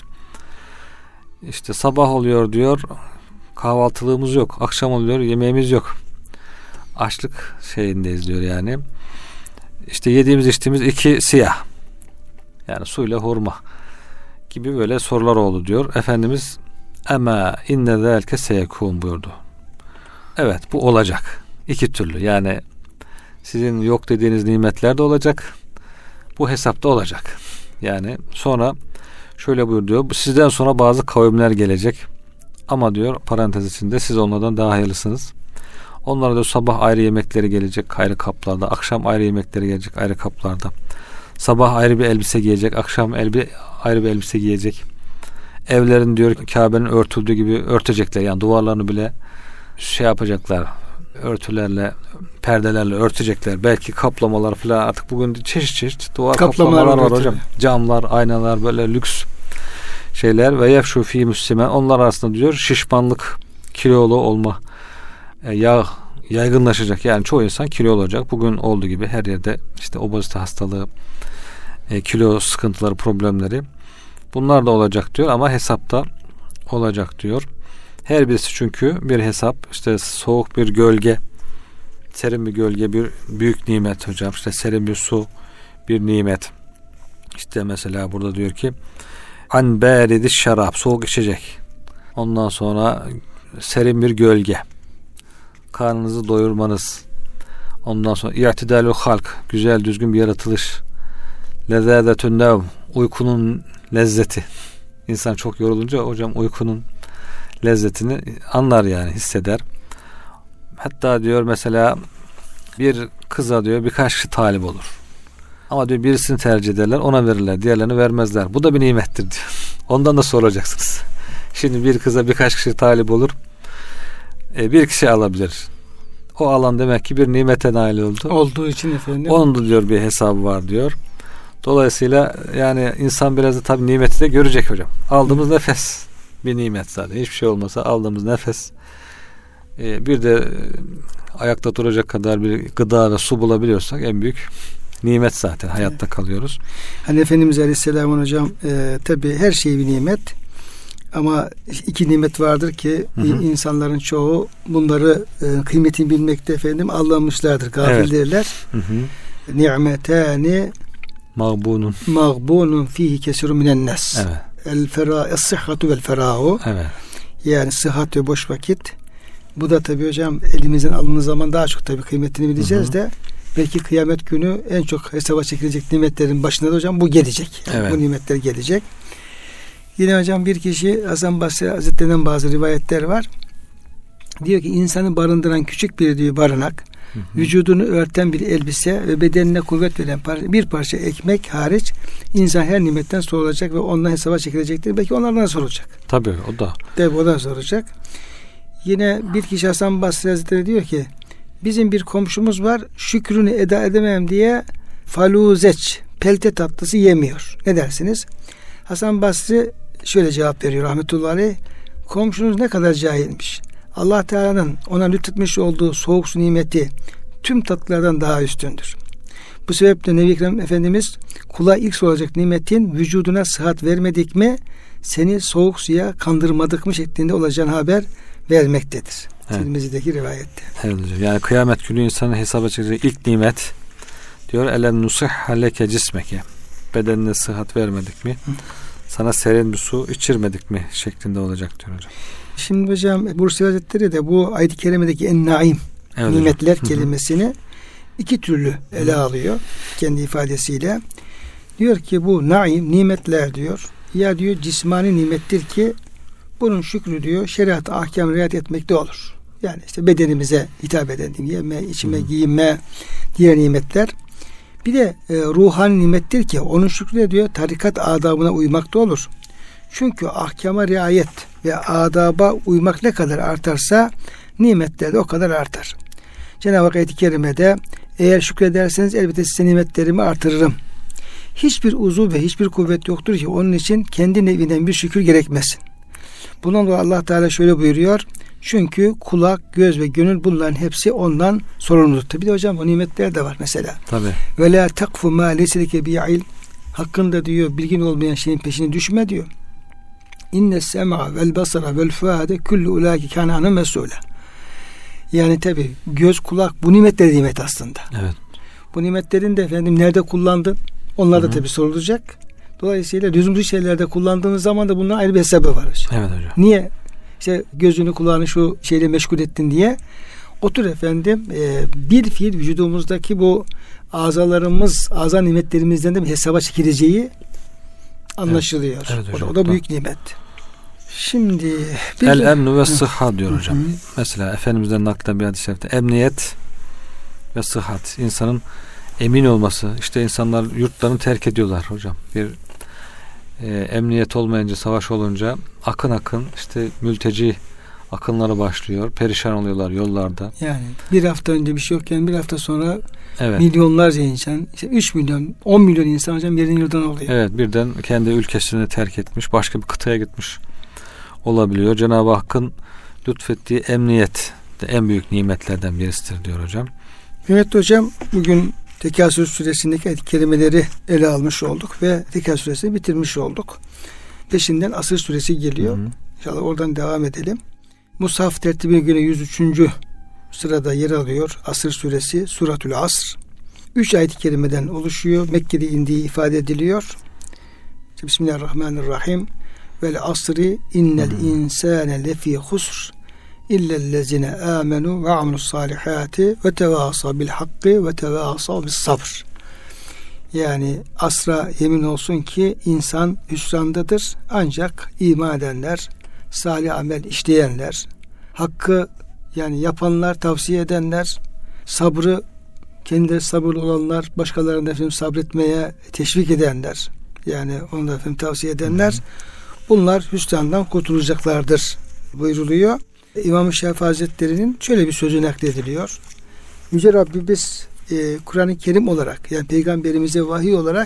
İşte sabah oluyor diyor kahvaltılığımız yok. Akşam oluyor yemeğimiz yok. Açlık şeyindeyiz diyor yani. İşte yediğimiz içtiğimiz iki siyah. Yani suyla hurma gibi böyle sorular oldu diyor. Efendimiz ama inne zelke seyekun buyurdu. Evet bu olacak. İki türlü yani sizin yok dediğiniz nimetler de olacak. Bu hesapta olacak. Yani sonra şöyle buyur diyor. Sizden sonra bazı kavimler gelecek. Ama diyor parantez içinde siz onlardan daha hayırlısınız. Onlara da sabah ayrı yemekleri gelecek ayrı kaplarda. Akşam ayrı yemekleri gelecek ayrı kaplarda. Sabah ayrı bir elbise giyecek. Akşam elbi, ayrı bir elbise giyecek. Evlerin diyor Kabe'nin örtüldüğü gibi örtecekler. Yani duvarlarını bile şey yapacaklar. Örtülerle, perdelerle örtecekler. Belki kaplamalar falan artık bugün çeşit çeşit duvar kaplamalar, kaplamalar var hocam. Camlar, aynalar böyle lüks şeyler ve yefşu fi müslüman, onlar arasında diyor şişmanlık, kilolu olma, e, yağ yaygınlaşacak. Yani çoğu insan kilo olacak. Bugün olduğu gibi her yerde işte obezite hastalığı, e, kilo sıkıntıları, problemleri, bunlar da olacak diyor ama hesapta olacak diyor. Her birisi çünkü bir hesap. İşte soğuk bir gölge, serin bir gölge bir büyük nimet hocam. İşte serin bir su bir nimet. İşte mesela burada diyor ki an beridi şarap, soğuk içecek. Ondan sonra serin bir gölge, karnınızı doyurmanız. Ondan sonra i'tidalul halk, güzel düzgün bir yaratılış. Lezzetün nevm, uykunun lezzeti. İnsan çok yorulunca hocam uykunun lezzetini anlar, yani hisseder. Hatta diyor mesela bir kıza diyor birkaç kişi talip olur. Ama diyor birisini tercih ederler, ona verirler, diğerlerini vermezler. Bu da bir nimettir diyor. Ondan da soracaksınız. Şimdi bir kıza birkaç kişi talip olur. E, bir kişi alabilir. O alan demek ki bir nimete nail oldu. Olduğu için efendim. Onun da diyor bir hesabı var diyor. Dolayısıyla yani insan biraz da tabii nimeti de görecek hocam. Aldığımız Hı. nefes bir nimet zaten. Hiçbir şey olmasa aldığımız nefes. E, bir de ayakta duracak kadar bir gıda ve su bulabiliyorsak en büyük nimet zaten. Hayatta evet. kalıyoruz. Hani Efendimiz Aleyhisselam hocam e, tabii her şey bir nimet. Ama iki nimet vardır ki hı hı. insanların çoğu bunları e, kıymetini bilmekte efendim aldanmışlardır, gafildirler. Evet. Ni'metani mağbunun mağbunun fihi kesirun minen nas. Evet. El fera es-sıhhatu vel ferahu. Evet. Yani sıhhat ve boş vakit. Bu da tabii hocam elimizden alındığı zaman daha çok tabii kıymetini bileceğiz hı hı. de belki kıyamet günü en çok hesaba çekilecek nimetlerin başında da hocam bu gelecek. Yani evet. Bu nimetler gelecek. Yine hocam bir kişi Hasan Basri Hazretleri'nden bazı rivayetler var. Diyor ki insanı barındıran küçük bir diyor barınak, hı hı. vücudunu örten bir elbise ve bedenine kuvvet veren bir parça ekmek hariç insan her nimetten sorulacak ve ondan hesaba çekilecektir. Belki onlardan sorulacak. Tabii o da. Tabii o da sorulacak. Yine bir kişi Hasan Basri Hazretleri diyor ki bizim bir komşumuz var, şükrünü eda edemem diye faluzeç, pelte tatlısı yemiyor. Ne dersiniz? Hasan Basri şöyle cevap veriyor rahmetullahi aleyh. Komşunuz ne kadar cahilmiş. Allah Teala'nın ona lütfetmiş olduğu soğuk su nimeti tüm tatlılardan daha üstündür. Bu sebeple Nebi Ekrem Efendimiz kula ilk soracak nimetin vücuduna sıhhat vermedik mi, seni soğuk suya kandırmadık mı şeklinde olacağını haber vermektedir. Evet. Tirmizi'deki rivayette. Evet hocam. Yani kıyamet günü insanın hesaba çekeceği ilk nimet diyor elem nusihha leke cismeke, bedenine sıhhat vermedik mi? Hı. Sana serin bir su içirmedik mi şeklinde olacak diyor hocam. Şimdi hocam Bursi Hazretleri de bu ayet-i kerimedeki en-naim evet, nimetler hocam. Kelimesini iki türlü ele alıyor kendi ifadesiyle. Diyor ki bu naim nimetler diyor. Ya diyor cismani nimettir ki bunun şükrü diyor şeriat ahkam riayet etmekte olur. Yani işte bedenimize hitap eden yeme, içime, Hı. giyinme, diğer nimetler. Bir de e, ruhani nimettir ki onun şükrü de diyor tarikat adabına uymakta olur. Çünkü ahkama riayet ve adaba uymak ne kadar artarsa nimetler de o kadar artar. Cenab-ı Hak ayet-i kerimede eğer şükrederseniz elbette size nimetlerimi artırırım. Hiçbir uzuv ve hiçbir kuvvet yoktur ki onun için kendi nevinden bir şükür gerekmesin. Bundan dolayı Allah Teala şöyle buyuruyor. Çünkü kulak, göz ve gönül bunların hepsi ondan sorumludur. Bir de hocam o nimetler de var mesela. Tabii. Ve la takfu ma leselike bi'il. Hakkında diyor bilgin olmayan şeyin peşine düşme diyor. İnne sem'a vel basara vel fuade kullu ulaiki kana anhu mes'ula. Yani tabii göz, kulak bu nimetler nimet aslında. Evet. Bu nimetlerin de efendim nerede kullandın? Onlar da tabii sorulacak. Dolayısıyla lüzumsuz şeylerde kullandığınız zaman da bunun ayrı bir hesabı var hocam. Evet hocam. Niye? İşte gözünü kulağını şu şeyle meşgul ettin diye. Otur efendim e, bir fiil vücudumuzdaki bu azalarımız, aza nimetlerimizden de bir hesaba çekileceği anlaşılıyor. Evet, evet hocam, o, da, o da büyük nimet. Şimdi el emnu ve sıhha diyor hocam. Hı-hı. Mesela Efendimiz'den naklen bir hadis-i şerifte emniyet ve sıhhat, insanın emin olması. İşte insanlar yurtlarını terk ediyorlar hocam. Bir e, emniyet olmayınca, savaş olunca akın akın işte mülteci akınları başlıyor. Perişan oluyorlar yollarda. Yani bir hafta önce bir şey yokken bir hafta sonra Evet. Milyonlarca insan, işte üç milyon, on milyon insan hocam yerin yurdan oluyor. Evet, birden kendi ülkesini terk etmiş, başka bir kıtaya gitmiş olabiliyor. Cenab-ı Hakk'ın lütfettiği emniyet de en büyük nimetlerden birisidir diyor hocam. Evet hocam, bugün Tekasür suresindeki ayet-i kerimeleri ele almış olduk ve Tekasür suresini bitirmiş olduk. Peşinden Asır suresi geliyor. Hı hı. İnşallah oradan devam edelim. Mushaf tertibine göre yüz üçüncü sırada yer alıyor Asır suresi, Suratül Asr. Üç ayet-i kerimeden oluşuyor. Mekke'de indiği ifade ediliyor. Bismillahirrahmanirrahim. Vel asri innel insane lefî husr illellezine amenu ve amilus salihati ve tevâsa bil hakkı ve tevâsa bis sabr. Yani asra yemin olsun ki insan hüsrandadır. Ancak iman edenler, salih amel işleyenler, hakkı yani yapanlar, tavsiye edenler, sabrı kendileri sabırlı olanlar, başkalarına efendim sabretmeye teşvik edenler, yani onu da efendim tavsiye edenler, bunlar hüsrandan kurtulacaklardır buyruluyor. İmam-ı Şafii Hazretleri'nin şöyle bir sözü naklediliyor. Yüce Rabbimiz e, Kur'an-ı Kerim olarak, yani Peygamberimize vahiy olarak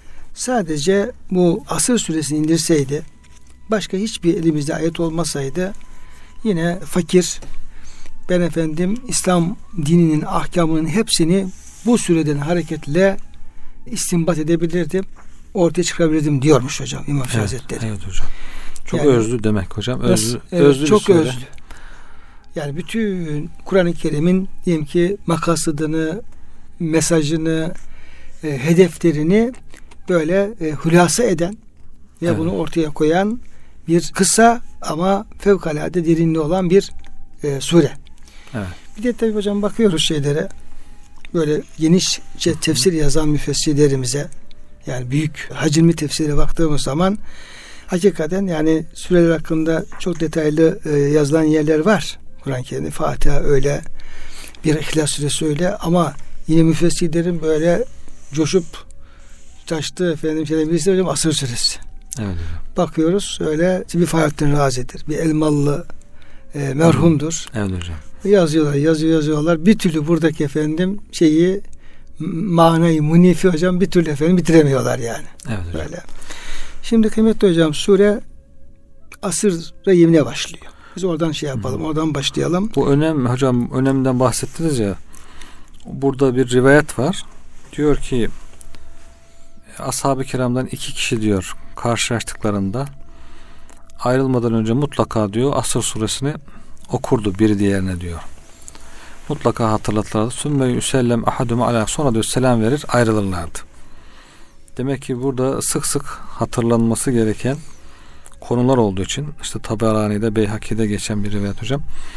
sadece bu Asır suresini indirseydi, başka hiçbir elimizde ayet olmasaydı, yine fakir, ben efendim İslam dininin ahkamının hepsini bu sureden hareketle istinbat edebilirdim, ortaya çıkarabilirdim diyormuş hocam İmam Şafii evet, Hazretleri. Evet hocam. Çok yani, özlü demek hocam. Özlü, evet, özlü çok söyle. özlü. Yani bütün Kur'an-ı Kerim'in diyelim ki makasıdını, mesajını, e, hedeflerini böyle e, hülasa eden ve evet. bunu ortaya koyan bir kısa ama fevkalade derinliği olan bir e, sure. Evet. Bir de tabii hocam bakıyoruz şeylere, böyle genişçe tefsir yazan müfessirlerimize, yani büyük hacimli tefsire baktığımız zaman hakikaten yani sureler hakkında çok detaylı e, yazılan yerler var. Kur'an-ı Kerim'de Fatiha öyle, bir İhlas suresi öyle, ama yine müfessirlerin böyle coşup taştı efendim şeyden birisi hocam Asır suresi. Evet. Bakıyoruz öyle, bir Fahrettin Razi'dir, bir Elmalı e, merhumdur. Evet hocam. Yazıyorlar, yazıyor, yazıyorlar. Bir türlü buradaki efendim şeyi, manayı, munifi hocam bir türlü efendim bitiremiyorlar yani. Evet hocam. Böyle. Şimdi kıymetli hocam, sure Asır'a yemine başlıyor. Biz oradan şey yapalım, hmm. oradan başlayalım. Bu önem hocam, önemden bahsettiniz ya. Burada bir rivayet var. Diyor ki ashab-ı kiramdan iki kişi diyor karşılaştıklarında ayrılmadan önce mutlaka diyor Asır suresini okurdu biri diğerine diyor. Mutlaka hatırlatırlardı. Sümme yüsellem ahadume ala, sonra diyor selam verir ayrılırlardı. Demek ki burada sık sık hatırlanması gereken konular olduğu için, işte Taberani'de, Beyhaki'de geçen bir rivayet hocam.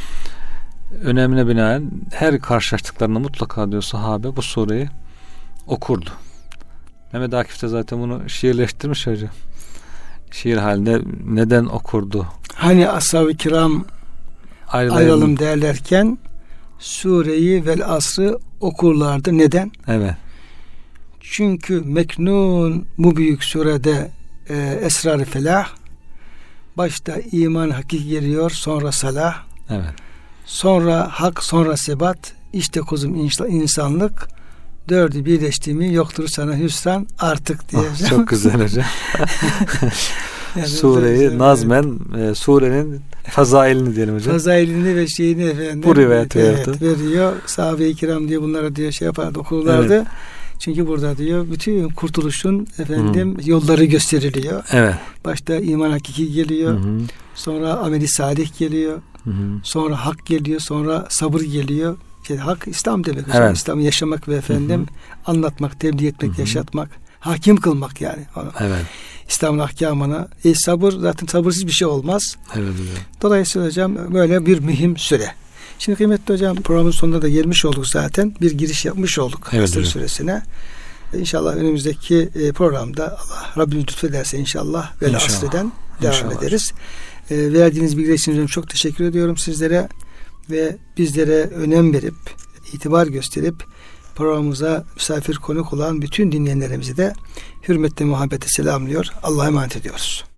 Önemine binaen her karşılaştıklarında mutlaka diyor sahabe bu sureyi okurdu. Mehmet Akif de zaten bunu şiirleştirmiş hocam. Şiir halinde neden okurdu? Hani ashab-ı kiram ayrılalım, ayrılalım derlerken sureyi vel asrı okurlardı. Neden? Evet. Çünkü meknun bu büyük surede e, esrar-ı felah, başta iman hakiki geliyor, sonra salah, evet. sonra hak, sonra sebat, işte kuzum insanlık, dördü birleşti mi yoktur sana hüsran artık diye. Oh, çok güzel hocam. Yani sureyi nazmen e, surenin fazailini diyelim hocam. Fazailini ve şeyini efendim bu rivayet evet, veriyor. Sahabe-i kiram diye bunlara diyor şey yapardı, okurlardı. Evet. Çünkü burada diyor bütün kurtuluşun efendim hmm. yolları gösteriliyor. Evet. Başta iman hakiki geliyor. Hı-hı. Sonra ameli salih geliyor. Hı-hı. Sonra hak geliyor. Sonra sabır geliyor. İşte hak İslam demek. Evet. İslam'ı yaşamak ve efendim Hı-hı. anlatmak, tebliğ etmek, Hı-hı. yaşatmak, hakim kılmak yani. Evet. İslam'ın ahkamına. E, sabır zaten sabırsız bir şey olmaz. Evet hocam. Dolayısıyla hocam böyle bir mühim süre. Şimdi kıymetli hocam, programın sonunda da gelmiş olduk zaten. Bir giriş yapmış olduk evet, Asır suresine. İnşallah önümüzdeki programda Allah Rabbimiz lütfederse inşallah Vel Asr'den devam inşallah. ederiz. E, verdiğiniz bilgiler için hocam çok teşekkür ediyorum sizlere ve bizlere önem verip itibar gösterip programımıza misafir konuk olan bütün dinleyenlerimizi de hürmetle muhabbete selamlıyor. Allah'a emanet ediyoruz.